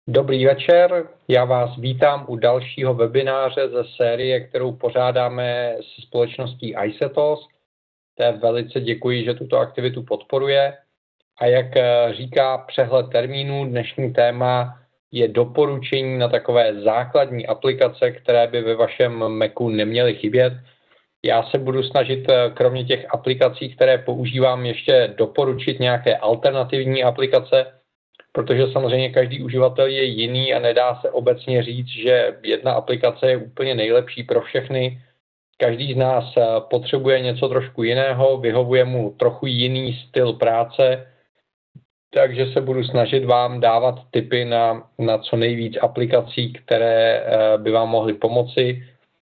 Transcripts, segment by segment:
Dobrý večer, já vás vítám u dalšího webináře ze série, kterou pořádáme se společností iSetos. Té velice děkuji, že tuto aktivitu podporuje. A jak říká přehled termínů, dnešní téma je doporučení na takové základní aplikace, které by ve vašem Macu neměly chybět. Já se budu snažit kromě těch aplikací, které používám, ještě doporučit nějaké alternativní aplikace, protože samozřejmě každý uživatel je jiný a nedá se obecně říct, že jedna aplikace je úplně nejlepší pro všechny. Každý z nás potřebuje něco trošku jiného, vyhovuje mu trochu jiný styl práce, takže se budu snažit vám dávat tipy na co nejvíc aplikací, které by vám mohly pomoci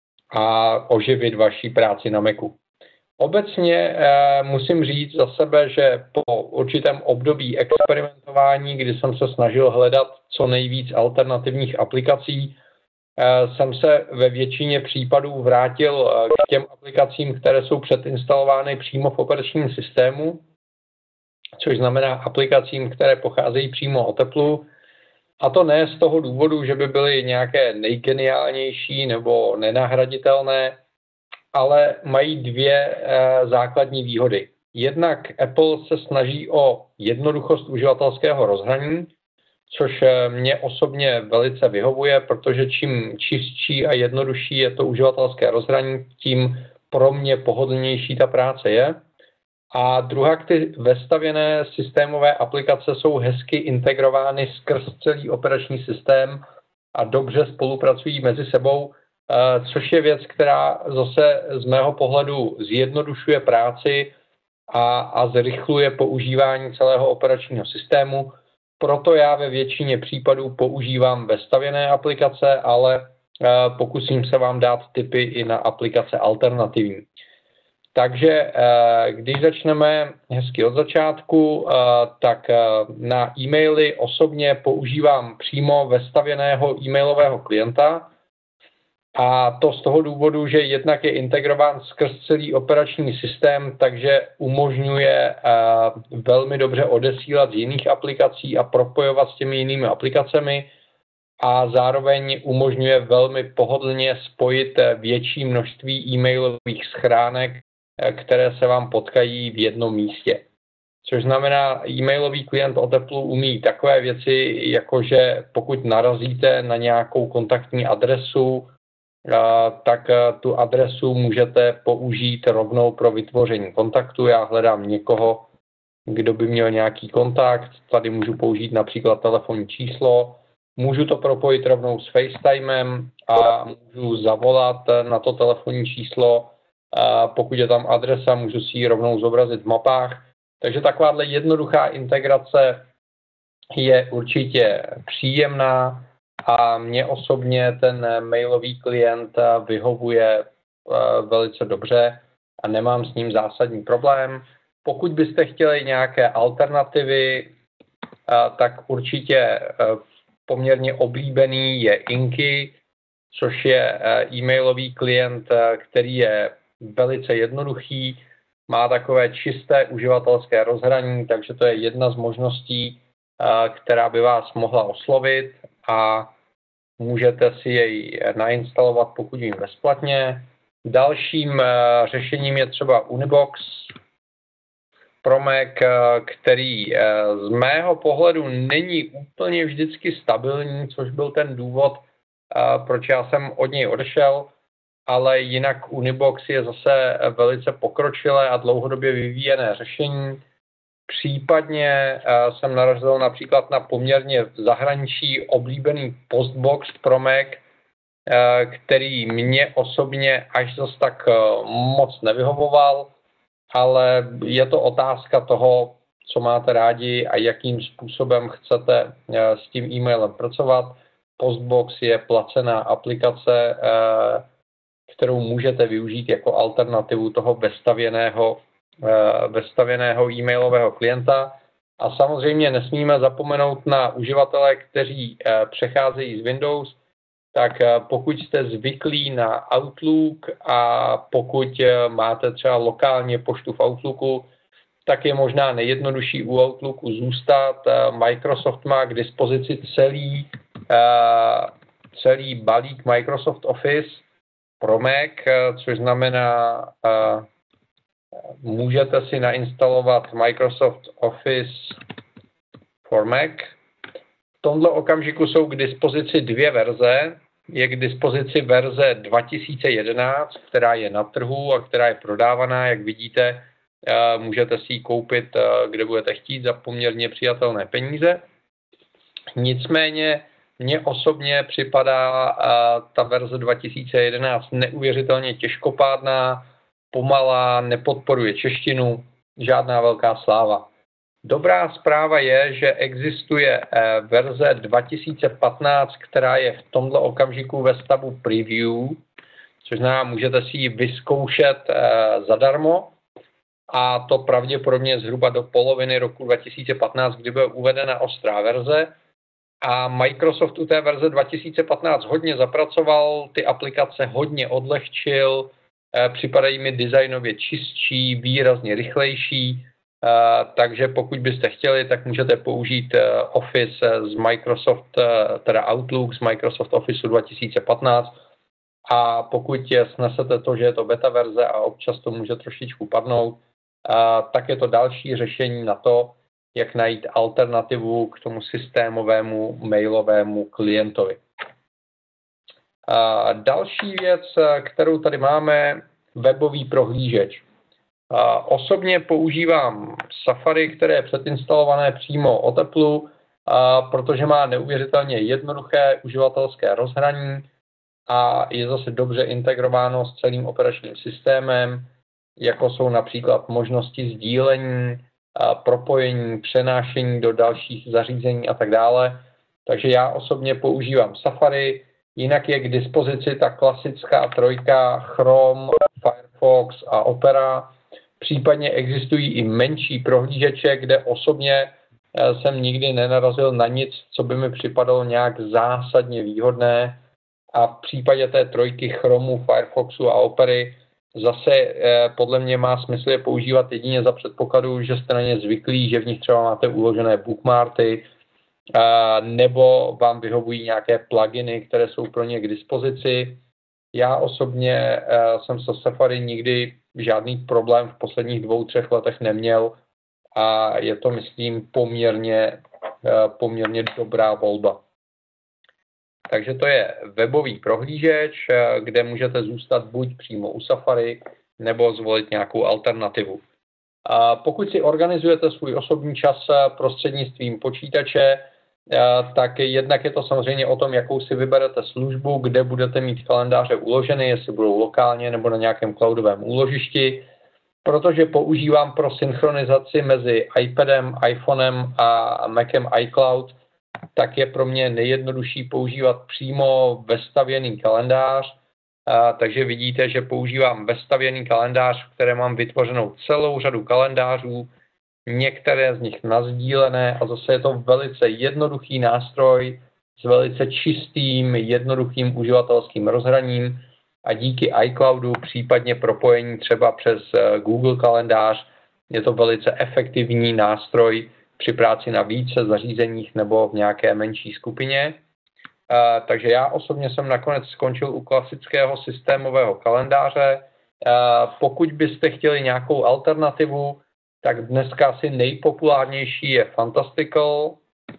a oživit vaši práci na Macu. Obecně musím říct za sebe, že po určitém období experimentování, kdy jsem se snažil hledat co nejvíc alternativních aplikací, jsem se ve většině případů vrátil k těm aplikacím, které jsou předinstalovány přímo v operačním systému, což znamená aplikacím, které pocházejí přímo od Apple. A to ne z toho důvodu, že by byly nějaké nejgeniálnější nebo nenahraditelné, ale mají dvě základní výhody. Jednak Apple se snaží o jednoduchost uživatelského rozhraní, což mě osobně velice vyhovuje, protože čím čistší a jednodušší je to uživatelské rozhraní, tím pro mě pohodlnější ta práce je. A druhak ty vestavěné systémové aplikace jsou hezky integrovány skrz celý operační systém a dobře spolupracují mezi sebou, což je věc, která zase z mého pohledu zjednodušuje práci a zrychluje používání celého operačního systému. Proto já ve většině případů používám vestavěné aplikace, ale pokusím se vám dát tipy i na aplikace alternativní. Takže když začneme hezky od začátku, tak na e-maily osobně používám přímo vestavěného e-mailového klienta, a to z toho důvodu, že jednak je integrován skrz celý operační systém, takže umožňuje velmi dobře odesílat z jiných aplikací a propojovat s těmi jinými aplikacemi a zároveň umožňuje velmi pohodlně spojit větší množství e-mailových schránek, které se vám potkají v jednom místě. Což znamená, e-mailový klient od Apple umí takové věci, jako že pokud narazíte na nějakou kontaktní adresu, tak tu adresu můžete použít rovnou pro vytvoření kontaktu. Já hledám někoho, kdo by měl nějaký kontakt. Tady můžu použít například telefonní číslo. Můžu to propojit rovnou s FaceTimem a můžu zavolat na to telefonní číslo. Pokud je tam adresa, můžu si ji rovnou zobrazit v mapách. Takže takováhle jednoduchá integrace je určitě příjemná. A mně osobně ten mailový klient vyhovuje velice dobře a nemám s ním zásadní problém. Pokud byste chtěli nějaké alternativy, tak určitě poměrně oblíbený je Inky, což je e-mailový klient, který je velice jednoduchý, má takové čisté uživatelské rozhraní, takže to je jedna z možností, která by vás mohla oslovit a můžete si jej nainstalovat, pokud vím, bezplatně. Dalším řešením je třeba Unibox pro Mac, který z mého pohledu není úplně vždycky stabilní, což byl ten důvod, proč já jsem od něj odešel, ale jinak Unibox je zase velice pokročilé a dlouhodobě vyvíjené řešení. Případně jsem narazil například na poměrně v zahraničí oblíbený Postbox pro Mac, který mě osobně až zas tak moc nevyhovoval, ale je to otázka toho, co máte rádi a jakým způsobem chcete s tím e-mailem pracovat. Postbox je placená aplikace, kterou můžete využít jako alternativu toho vestavěného e-mailového klienta. A samozřejmě nesmíme zapomenout na uživatele, kteří přecházejí z Windows, tak pokud jste zvyklí na Outlook a pokud máte třeba lokálně poštu v Outlooku, tak je možná nejjednodušší u Outlooku zůstat. Microsoft má k dispozici celý celý balík Microsoft Office pro Mac, což znamená, můžete si nainstalovat Microsoft Office for Mac. V tomto okamžiku jsou k dispozici dvě verze. Je k dispozici verze 2011, která je na trhu a která je prodávaná. Jak vidíte, můžete si ji koupit, kde budete chtít, za poměrně přijatelné peníze. Nicméně mně osobně připadá ta verze 2011 neuvěřitelně těžkopádná, pomalá, nepodporuje češtinu, žádná velká sláva. Dobrá zpráva je, že existuje verze 2015, která je v tomto okamžiku ve stavu preview, což znamená, můžete si ji vyzkoušet zadarmo, a to pravděpodobně zhruba do poloviny roku 2015, kdy bude uvedena ostrá verze. A Microsoft u té verze 2015 hodně zapracoval, ty aplikace hodně odlehčil, připadají mi designově čistší, výrazně rychlejší, takže pokud byste chtěli, tak můžete použít Office z Microsoft, teda Outlook z Microsoft Office 2015, a pokud snesete to, že je to beta verze a občas to může trošičku padnout, tak je to další řešení na to, jak najít alternativu k tomu systémovému mailovému klientovi. Další věc, kterou tady máme, webový prohlížeč. Osobně používám Safari, které je předinstalované přímo od Apple, protože má neuvěřitelně jednoduché uživatelské rozhraní a je zase dobře integrováno s celým operačním systémem, jako jsou například možnosti sdílení, propojení, přenášení do dalších zařízení a tak dále. Takže já osobně používám Safari, jinak je k dispozici ta klasická trojka Chrome, Firefox a Opera. Případně existují i menší prohlížeče, kde osobně jsem nikdy nenarazil na nic, co by mi připadalo nějak zásadně výhodné. A v případě té trojky Chromeu, Firefoxu a Opery zase podle mě má smysl je používat jedině za předpokladu, že jste na ně zvyklí, že v nich třeba máte uložené bookmarky, nebo vám vyhovují nějaké pluginy, které jsou pro ně k dispozici. Já osobně jsem se Safari nikdy žádný problém v posledních 2-3 letech neměl a je to, myslím, poměrně dobrá volba. Takže to je webový prohlížeč, kde můžete zůstat buď přímo u Safari, nebo zvolit nějakou alternativu. Pokud si organizujete svůj osobní čas prostřednictvím počítače, tak jednak je to samozřejmě o tom, jakou si vyberete službu, kde budete mít kalendáře uloženy, jestli budou lokálně nebo na nějakém cloudovém úložišti, protože používám pro synchronizaci mezi iPadem, iPhonem a Macem iCloud, tak je pro mě nejjednodušší používat přímo vestavěný kalendář. Takže vidíte, že používám vestavěný kalendář, v kterém mám vytvořenou celou řadu kalendářů, některé z nich nasdílené, a zase je to velice jednoduchý nástroj s velice čistým, jednoduchým uživatelským rozhraním a díky iCloudu, případně propojení třeba přes Google kalendář, je to velice efektivní nástroj při práci na více zařízeních nebo v nějaké menší skupině. Takže já osobně jsem nakonec skončil u klasického systémového kalendáře. Pokud byste chtěli nějakou alternativu, tak dneska asi nejpopulárnější je Fantastical,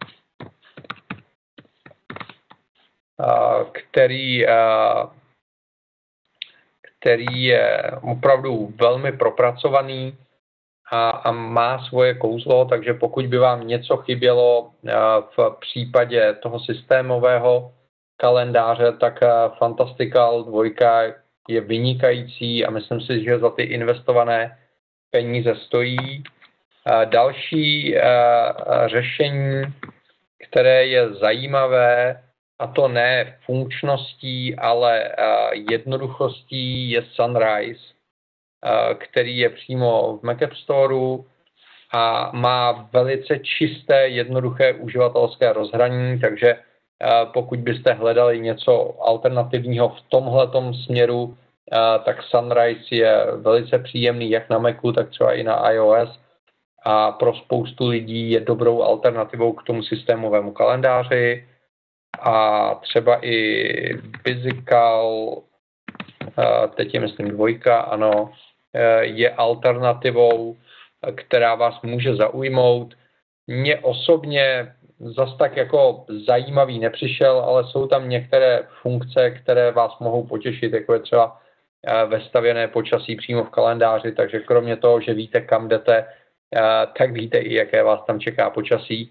který je opravdu velmi propracovaný a má svoje kouzlo, takže pokud by vám něco chybělo v případě toho systémového kalendáře, tak Fantastical 2 je vynikající a myslím si, že za ty investované peníze stojí. Další řešení, které je zajímavé, a to ne funkčností, ale jednoduchostí, je Sunrise, který je přímo v Mac App Storeu a má velice čisté, jednoduché uživatelské rozhraní, takže pokud byste hledali něco alternativního v tomhletom směru, tak Sunrise je velice příjemný jak na Macu, tak třeba i na iOS a pro spoustu lidí je dobrou alternativou k tomu systémovému kalendáři. a třeba i Bizical, teď je myslím 2, ano, je alternativou, která vás může zaujmout. Mně osobně zas tak jako zajímavý nepřišel, ale jsou tam některé funkce, které vás mohou potěšit, jako je třeba vestavěné počasí přímo v kalendáři, takže kromě toho, že víte, kam jdete, tak víte i, jaké vás tam čeká počasí.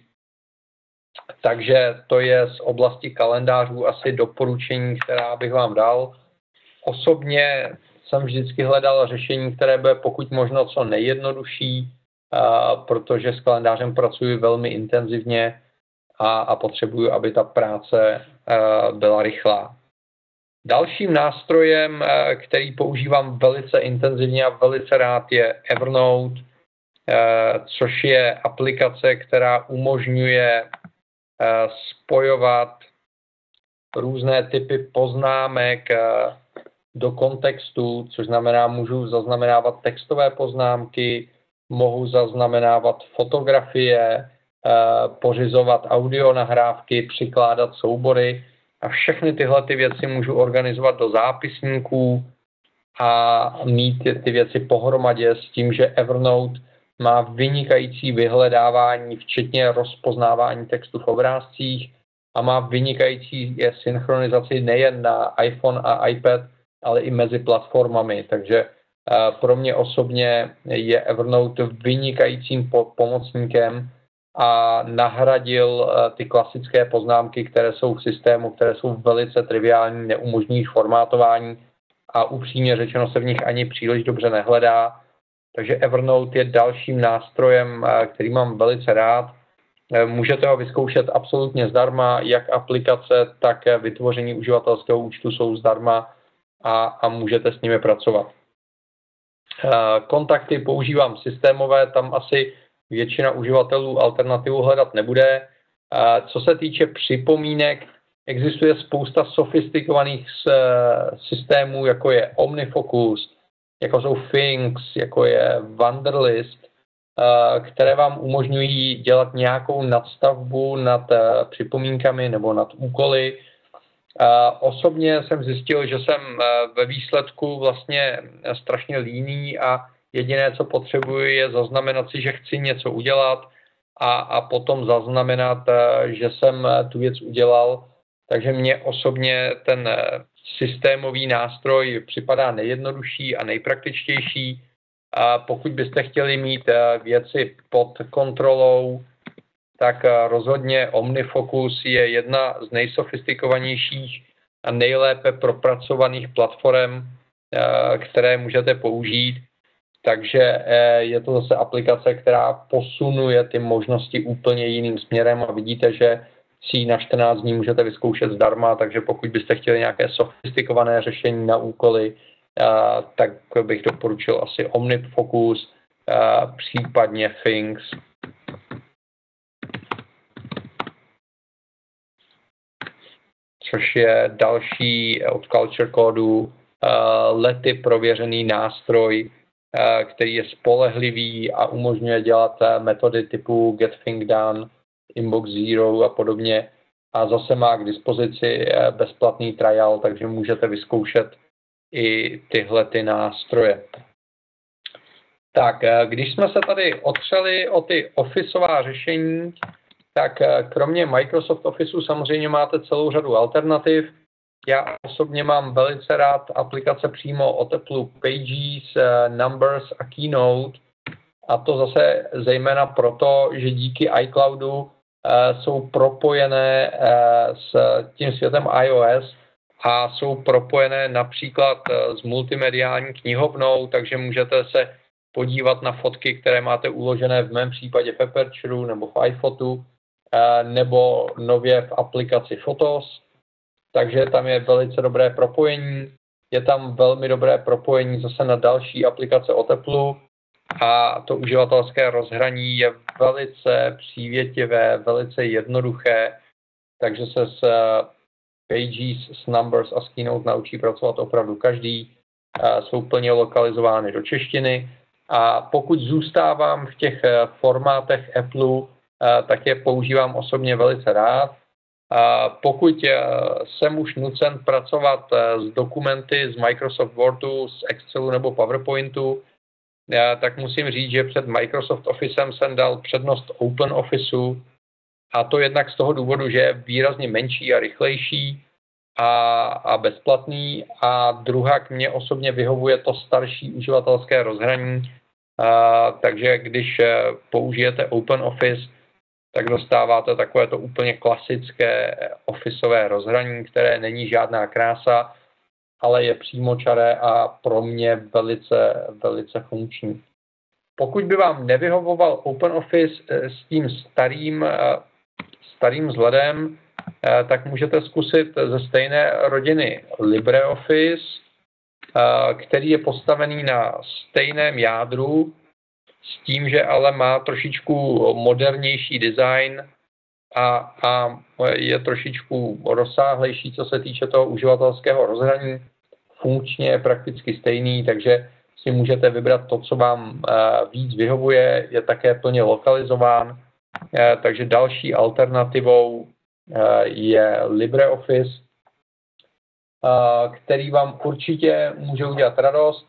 Takže to je z oblasti kalendářů asi doporučení, která bych vám dal. Osobně jsem vždycky hledal řešení, které bude pokud možno co nejjednodušší, protože s kalendářem pracuji velmi intenzivně a potřebuju, aby ta práce byla rychlá. Dalším nástrojem, který používám velice intenzivně a velice rád, je Evernote, což je aplikace, která umožňuje spojovat různé typy poznámek do kontextu, což znamená, můžu zaznamenávat textové poznámky, mohu zaznamenávat fotografie, pořizovat audio nahrávky, přikládat soubory a všechny tyhle ty věci můžu organizovat do zápisníků a mít ty věci pohromadě s tím, že Evernote má vynikající vyhledávání, včetně rozpoznávání textu v obrázcích a má vynikající synchronizaci nejen na iPhone a iPad, ale i mezi platformami. Takže pro mě osobně je Evernote vynikajícím pomocníkem a nahradil ty klasické poznámky, které jsou v systému, které jsou velice triviální, neumožní formátování a upřímně řečeno se v nich ani příliš dobře nehledá. Takže Evernote je dalším nástrojem, který mám velice rád. Můžete ho vyzkoušet absolutně zdarma, jak aplikace, tak vytvoření uživatelského účtu jsou zdarma a můžete s nimi pracovat. Kontakty používám systémové, tam asi většina uživatelů alternativu hledat nebude. Co se týče připomínek, existuje spousta sofistikovaných systémů, jako je OmniFocus, jako jsou Things, jako je Wunderlist, které vám umožňují dělat nějakou nadstavbu nad připomínkami nebo nad úkoly. Osobně jsem zjistil, že jsem ve výsledku vlastně strašně líný a jediné, co potřebuji, je zaznamenat si, že chci něco udělat a potom zaznamenat, že jsem tu věc udělal. Takže mně osobně ten systémový nástroj připadá nejjednodušší a nejpraktičtější. A pokud byste chtěli mít věci pod kontrolou, tak rozhodně OmniFocus je jedna z nejsofistikovanějších a nejlépe propracovaných platform, které můžete použít. Takže je to zase aplikace, která posunuje ty možnosti úplně jiným směrem a vidíte, že si ji na 14 dní můžete vyzkoušet zdarma, takže pokud byste chtěli nějaké sofistikované řešení na úkoly, tak bych doporučil asi OmniFocus, případně Things. Což je další od Culture Code lety prověřený nástroj, který je spolehlivý a umožňuje dělat metody typu Get Thing Done, Inbox Zero a podobně. A zase má k dispozici bezplatný trial, takže můžete vyzkoušet i tyhle ty nástroje. Tak, když jsme se tady otřeli o ty officeová řešení, tak kromě Microsoft Officeu samozřejmě máte celou řadu alternativ. Já osobně mám velice rád aplikace přímo od Apple, Pages, Numbers a Keynote. A to zase zejména proto, že díky iCloudu jsou propojené s tím světem iOS a jsou propojené například s multimediální knihovnou, takže můžete se podívat na fotky, které máte uložené v mém případě v Aperture nebo v iPhotu, nebo nově v aplikaci Photos. Takže tam je velice dobré propojení. Je tam velmi dobré propojení zase na další aplikace od Apple a to uživatelské rozhraní je velice přívětivé, velice jednoduché, takže se s Pages, s Numbers a s Keynote naučí pracovat opravdu každý. Jsou plně lokalizovány do češtiny a pokud zůstávám v těch formátech Apple, tak je používám osobně velice rád. Pokud jsem už nucen pracovat s dokumenty z Microsoft Wordu, z Excelu nebo PowerPointu, tak musím říct, že před Microsoft Officem jsem dal přednost Open Officeu, a to jednak z toho důvodu, že je výrazně menší a rychlejší a bezplatný, a druhak mě osobně vyhovuje to starší uživatelské rozhraní, takže když použijete Open Office, tak dostáváte takové to úplně klasické officeové rozhraní, které není žádná krása, ale je přímočaré a pro mě velice, velice funkční. Pokud by vám nevyhovoval OpenOffice s tím starým vzhledem, tak můžete zkusit ze stejné rodiny LibreOffice, který je postavený na stejném jádru, s tím, že ale má trošičku modernější design a je trošičku rozsáhlejší, co se týče toho uživatelského rozhraní. Funkčně je prakticky stejný, takže si můžete vybrat to, co vám víc vyhovuje, je také plně lokalizován, takže další alternativou je LibreOffice, který vám určitě může udělat radost.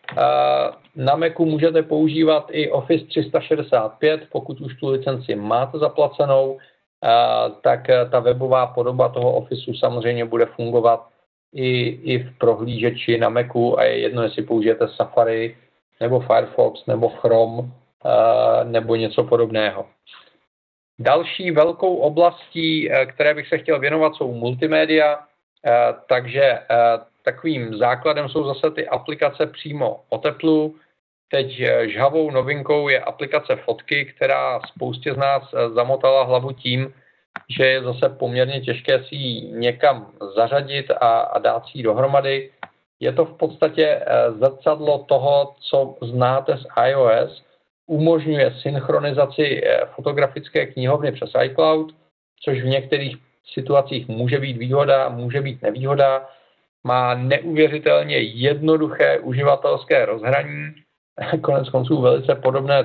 Na Macu můžete používat i Office 365, pokud už tu licenci máte zaplacenou, tak ta webová podoba toho Officeu samozřejmě bude fungovat i v prohlížeči na Macu, a je jedno, jestli použijete Safari, nebo Firefox, nebo Chrome, nebo něco podobného. Další velkou oblastí, které bych se chtěl věnovat, jsou multimédia, takže takovým základem jsou zase ty aplikace přímo od Apple. Teď žhavou novinkou je aplikace Fotky, která spoustě z nás zamotala hlavu tím, že je zase poměrně těžké si ji někam zařadit a dát si ji dohromady. Je to v podstatě zrcadlo toho, co znáte z iOS. Umožňuje synchronizaci fotografické knihovny přes iCloud, což v některých situacích může být výhoda, může být nevýhoda. Má neuvěřitelně jednoduché uživatelské rozhraní, konec konců velice podobné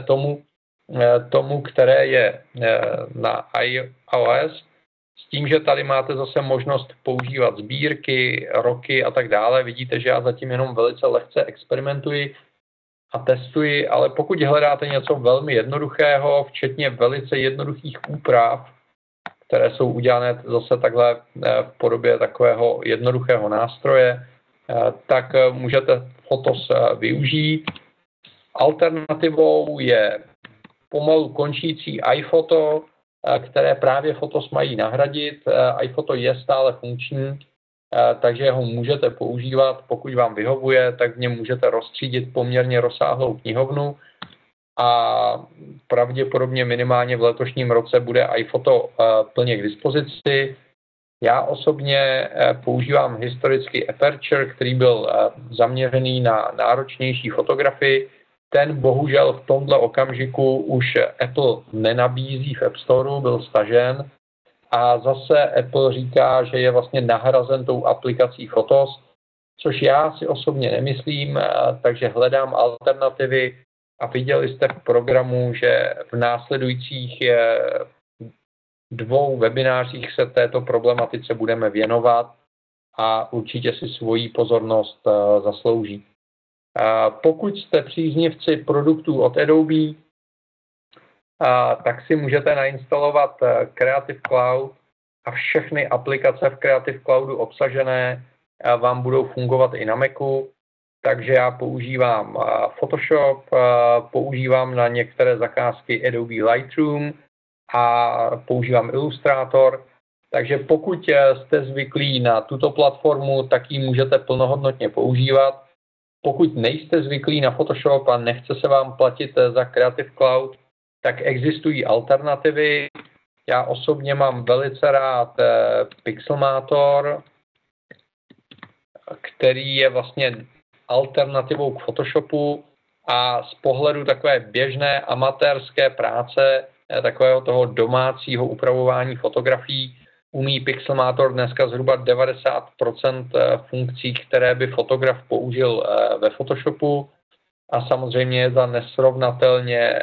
tomu, které je na iOS, s tím, že tady máte zase možnost používat sbírky, roky a tak dále. Vidíte, že já zatím jenom velice lehce experimentuji a testuji, ale pokud hledáte něco velmi jednoduchého, včetně velice jednoduchých úprav, které jsou udělané zase takhle v podobě takového jednoduchého nástroje, tak můžete Fotos využít. Alternativou je pomalu končící iPhoto, které právě Fotos mají nahradit. iPhoto je stále funkční, takže ho můžete používat. Pokud vám vyhovuje, tak v něm můžete rozstřídit poměrně rozsáhlou knihovnu a pravděpodobně minimálně v letošním roce bude iPhoto plně k dispozici. Já osobně používám historicky Aperture, který byl zaměřený na náročnější fotografii. Ten bohužel v tomto okamžiku už Apple nenabízí v App Store, byl stažen. A zase Apple říká, že je vlastně nahrazen tou aplikací Fotos, což já si osobně nemyslím, takže hledám alternativy a viděli jste v programu, že v následujících 2 webinářích se této problematice budeme věnovat a určitě si svoji pozornost zaslouží. Pokud jste příznivci produktů od Adobe, tak si můžete nainstalovat Creative Cloud a všechny aplikace v Creative Cloudu obsažené vám budou fungovat i na Macu. Takže já používám Photoshop, používám na některé zakázky Adobe Lightroom a používám Illustrator. Takže pokud jste zvyklí na tuto platformu, tak ji můžete plnohodnotně používat. Pokud nejste zvyklí na Photoshop a nechce se vám platit za Creative Cloud, tak existují alternativy. Já osobně mám velice rád Pixelmator, který je vlastně alternativou k Photoshopu a z pohledu takové běžné amatérské práce, takového toho domácího upravování fotografií, umí Pixelmator dneska zhruba 90% funkcí, které by fotograf použil ve Photoshopu, a samozřejmě je za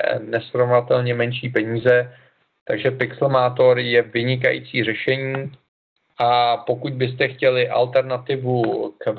nesrovnatelně menší peníze, takže Pixelmator je vynikající řešení. A pokud byste chtěli alternativu k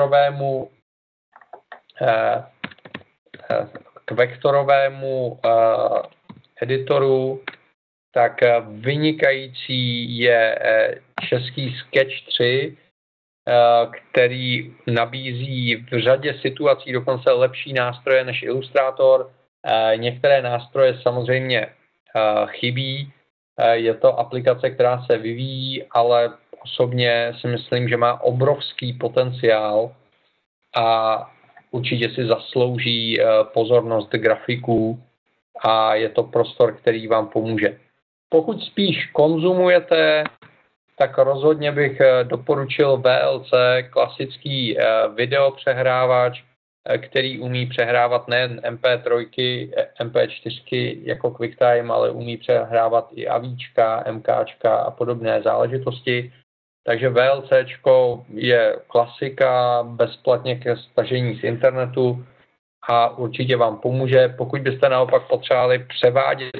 vektorovému editoru, tak vynikající je český Sketch 3, který nabízí v řadě situací dokonce lepší nástroje než Illustrator. Některé nástroje samozřejmě chybí. Je to aplikace, která se vyvíjí, ale osobně si myslím, že má obrovský potenciál a určitě si zaslouží pozornost grafiků a je to prostor, který vám pomůže. Pokud spíš konzumujete, tak rozhodně bych doporučil VLC, klasický videopřehrávač, který umí přehrávat nejen MP3, MP4 jako QuickTime, ale umí přehrávat i AVčka, MKčka a podobné záležitosti. Takže VLC je klasika bezplatně ke stažení z internetu a určitě vám pomůže. Pokud byste naopak potřebovali převádět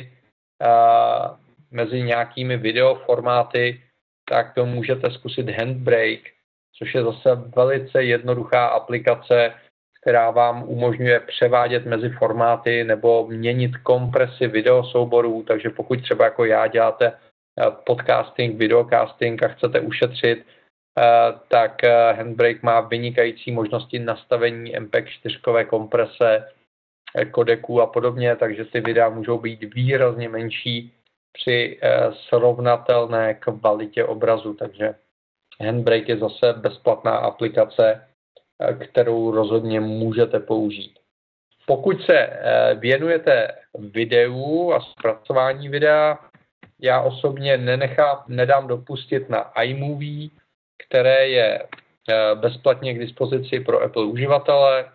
mezi nějakými videoformáty, tak to můžete zkusit Handbrake, což je zase velice jednoduchá aplikace, která vám umožňuje převádět mezi formáty nebo měnit kompresi videosouborů, takže pokud třeba jako já děláte podcasting, videocasting a chcete ušetřit, tak Handbrake má vynikající možnosti nastavení MP4 komprese, kodeků a podobně, takže ty videa můžou být výrazně menší při srovnatelné kvalitě obrazu, takže Handbrake je zase bezplatná aplikace, kterou rozhodně můžete použít. Pokud se věnujete videu a zpracování videa, já osobně nedám dopustit na iMovie, které je bezplatně k dispozici pro Apple uživatele.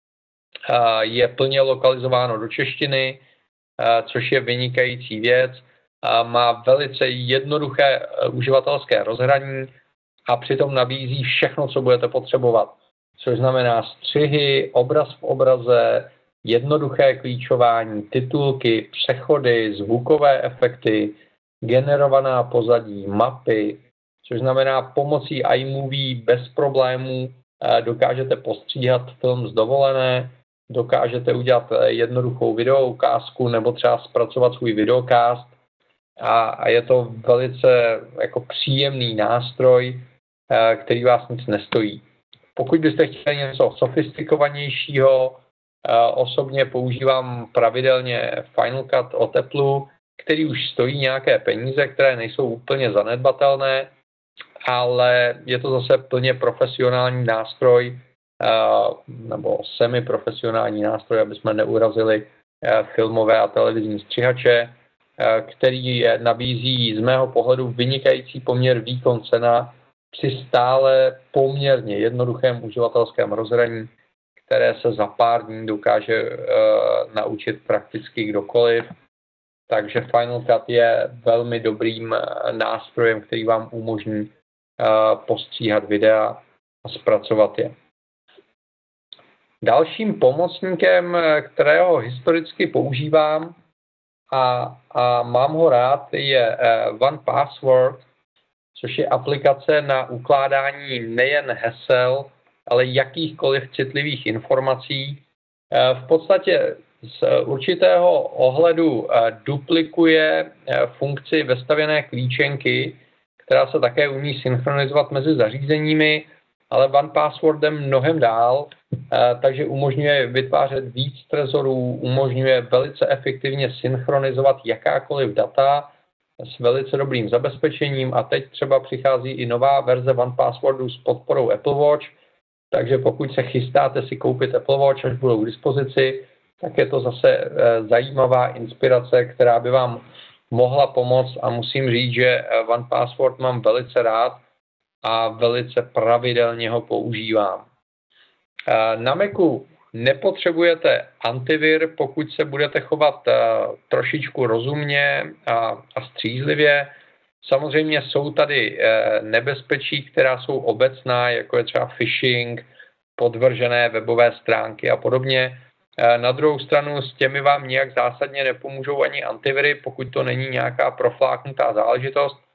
Je plně lokalizováno do češtiny, což je vynikající věc. Má velice jednoduché uživatelské rozhraní a přitom nabízí všechno, co budete potřebovat. Což znamená střihy, obraz v obraze, jednoduché klíčování, titulky, přechody, zvukové efekty, generovaná pozadí, mapy, což znamená pomocí iMovie bez problémů dokážete postříhat film z dovolené, dokážete udělat jednoduchou videoukázku nebo třeba zpracovat svůj videocast a je to velice jako příjemný nástroj, který vás nic nestojí. Pokud byste chtěli něco sofistikovanějšího, osobně používám pravidelně Final Cut od Apple, který už stojí nějaké peníze, které nejsou úplně zanedbatelné, ale je to zase plně profesionální nástroj nebo semiprofesionální nástroj, aby jsme neurazili filmové a televizní střihače, který nabízí z mého pohledu vynikající poměr výkon-cena při stále poměrně jednoduchém uživatelském rozhraní, které se za pár dní dokáže naučit prakticky kdokoliv. Takže Final Cut je velmi dobrým nástrojem, který vám umožní postříhat videa a zpracovat je. Dalším pomocníkem, kterého historicky používám a mám ho rád, je OnePassword, což je aplikace na ukládání nejen hesel, ale jakýchkoliv citlivých informací. V podstatě z určitého ohledu duplikuje funkci vestavěné klíčenky, která se také umí synchronizovat mezi zařízeními, ale OnePassword jde mnohem dál, takže umožňuje vytvářet víc trezorů, umožňuje velice efektivně synchronizovat jakákoliv data s velice dobrým zabezpečením a teď třeba přichází i nová verze OnePasswordu s podporou Apple Watch, takže pokud se chystáte si koupit Apple Watch, až budou k dispozici, tak je to zase zajímavá inspirace, která by vám mohla pomoct a musím říct, že OnePassword mám velice rád a velice pravidelně ho používám. Na Macu nepotřebujete antivir, pokud se budete chovat trošičku rozumně a střízlivě. Samozřejmě jsou tady nebezpečí, která jsou obecná, jako je třeba phishing, podvržené webové stránky a podobně. Na druhou stranu s těmi vám nijak zásadně nepomůžou ani antiviry, pokud to není nějaká profláknutá záležitost.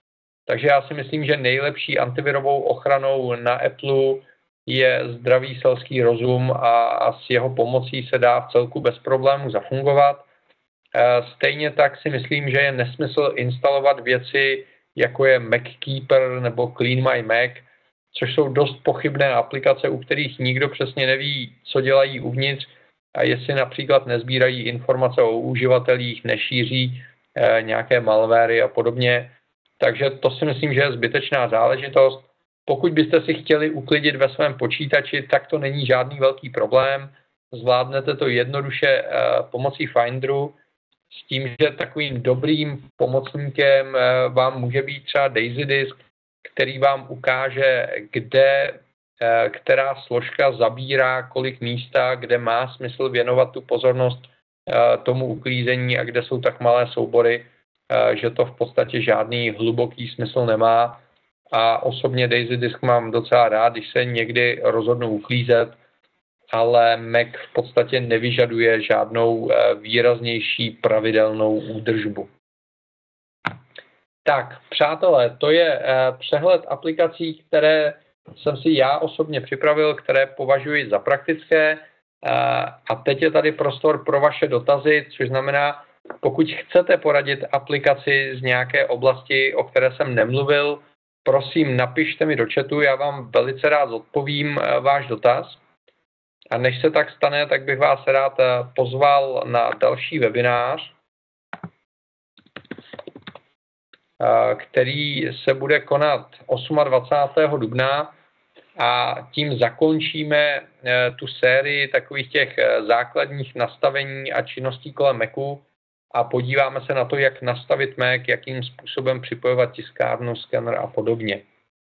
Takže já si myslím, že nejlepší antivirovou ochranou na Apple je zdravý selský rozum a s jeho pomocí se dá v celku bez problémů zafungovat. Stejně tak si myslím, že je nesmysl instalovat věci, jako je MacKeeper nebo Clean My Mac, což jsou dost pochybné aplikace, u kterých nikdo přesně neví, co dělají uvnitř a jestli například nezbírají informace o uživatelích, nešíří nějaké malwary a podobně. Takže to si myslím, že je zbytečná záležitost. Pokud byste si chtěli uklidit ve svém počítači, tak to není žádný velký problém. Zvládnete to jednoduše pomocí Finderu, s tím, že takovým dobrým pomocníkem vám může být třeba DaisyDisk, který vám ukáže, kde která složka zabírá kolik místa, kde má smysl věnovat tu pozornost tomu uklízení a kde jsou tak malé soubory, že to v podstatě žádný hluboký smysl nemá. A osobně DaisyDisk mám docela rád, když se někdy rozhodnu uklízet, ale Mac v podstatě nevyžaduje žádnou výraznější pravidelnou údržbu. Tak, přátelé, to je přehled aplikací, které jsem si já osobně připravil, které považuji za praktické. A teď je tady prostor pro vaše dotazy, což znamená, pokud chcete poradit aplikaci z nějaké oblasti, o které jsem nemluvil, prosím, napište mi do chatu, já vám velice rád odpovím váš dotaz. A než se tak stane, tak bych vás rád pozval na další webinář, který se bude konat 28. dubna a tím zakončíme tu sérii takových těch základních nastavení a činností kolem Macu a podíváme se na to, jak nastavit Mac, jakým způsobem připojovat tiskárnu, skener a podobně.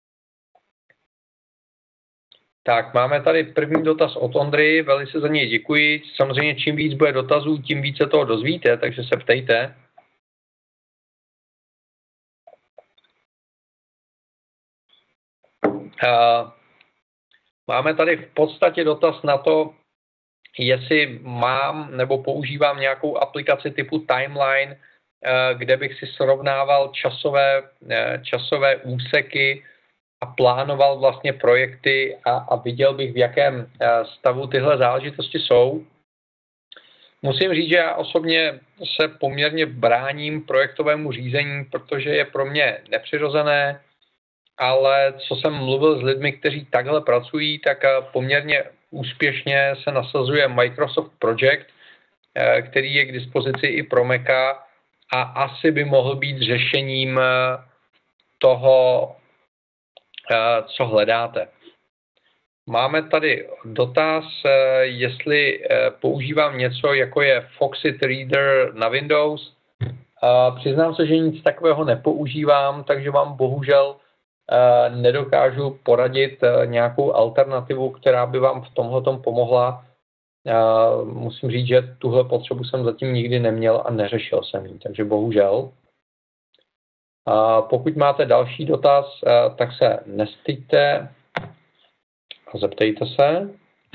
Tak, máme tady první dotaz od Ondry, velice za něj děkuji. Samozřejmě čím víc bude dotazů, tím více toho dozvíte, takže se ptejte. Máme tady v podstatě dotaz na to, jestli mám nebo používám nějakou aplikaci typu Timeline, kde bych si srovnával časové úseky a plánoval vlastně projekty a viděl bych, v jakém stavu tyhle záležitosti jsou. Musím říct, že já osobně se poměrně bráním projektovému řízení, protože je pro mě nepřirozené, ale co jsem mluvil s lidmi, kteří takhle pracují, tak poměrně úspěšně se nasazuje Microsoft Project, který je k dispozici i pro Maca a asi by mohl být řešením toho, co hledáte. Máme tady dotaz, jestli používám něco, jako je Foxit Reader na Windows. Přiznám se, že nic takového nepoužívám, takže vám bohužel nedokážu poradit nějakou alternativu, která by vám v tomhletom pomohla. Musím říct, že tuhle potřebu jsem zatím nikdy neměl a neřešil jsem ji, takže bohužel. Pokud máte další dotaz, tak se nestyďte a zeptejte se.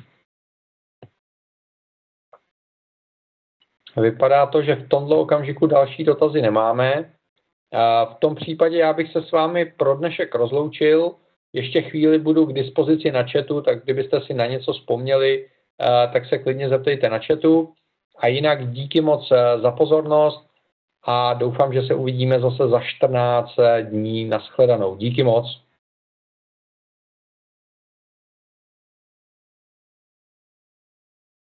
Vypadá to, že v tomto okamžiku další dotazy nemáme. V tom případě já bych se s vámi pro dnešek rozloučil. Ještě chvíli budu k dispozici na chatu, tak kdybyste si na něco vzpomněli, tak se klidně zeptejte na chatu. A jinak díky moc za pozornost a doufám, že se uvidíme zase za 14 dní. Nashledanou. Díky moc.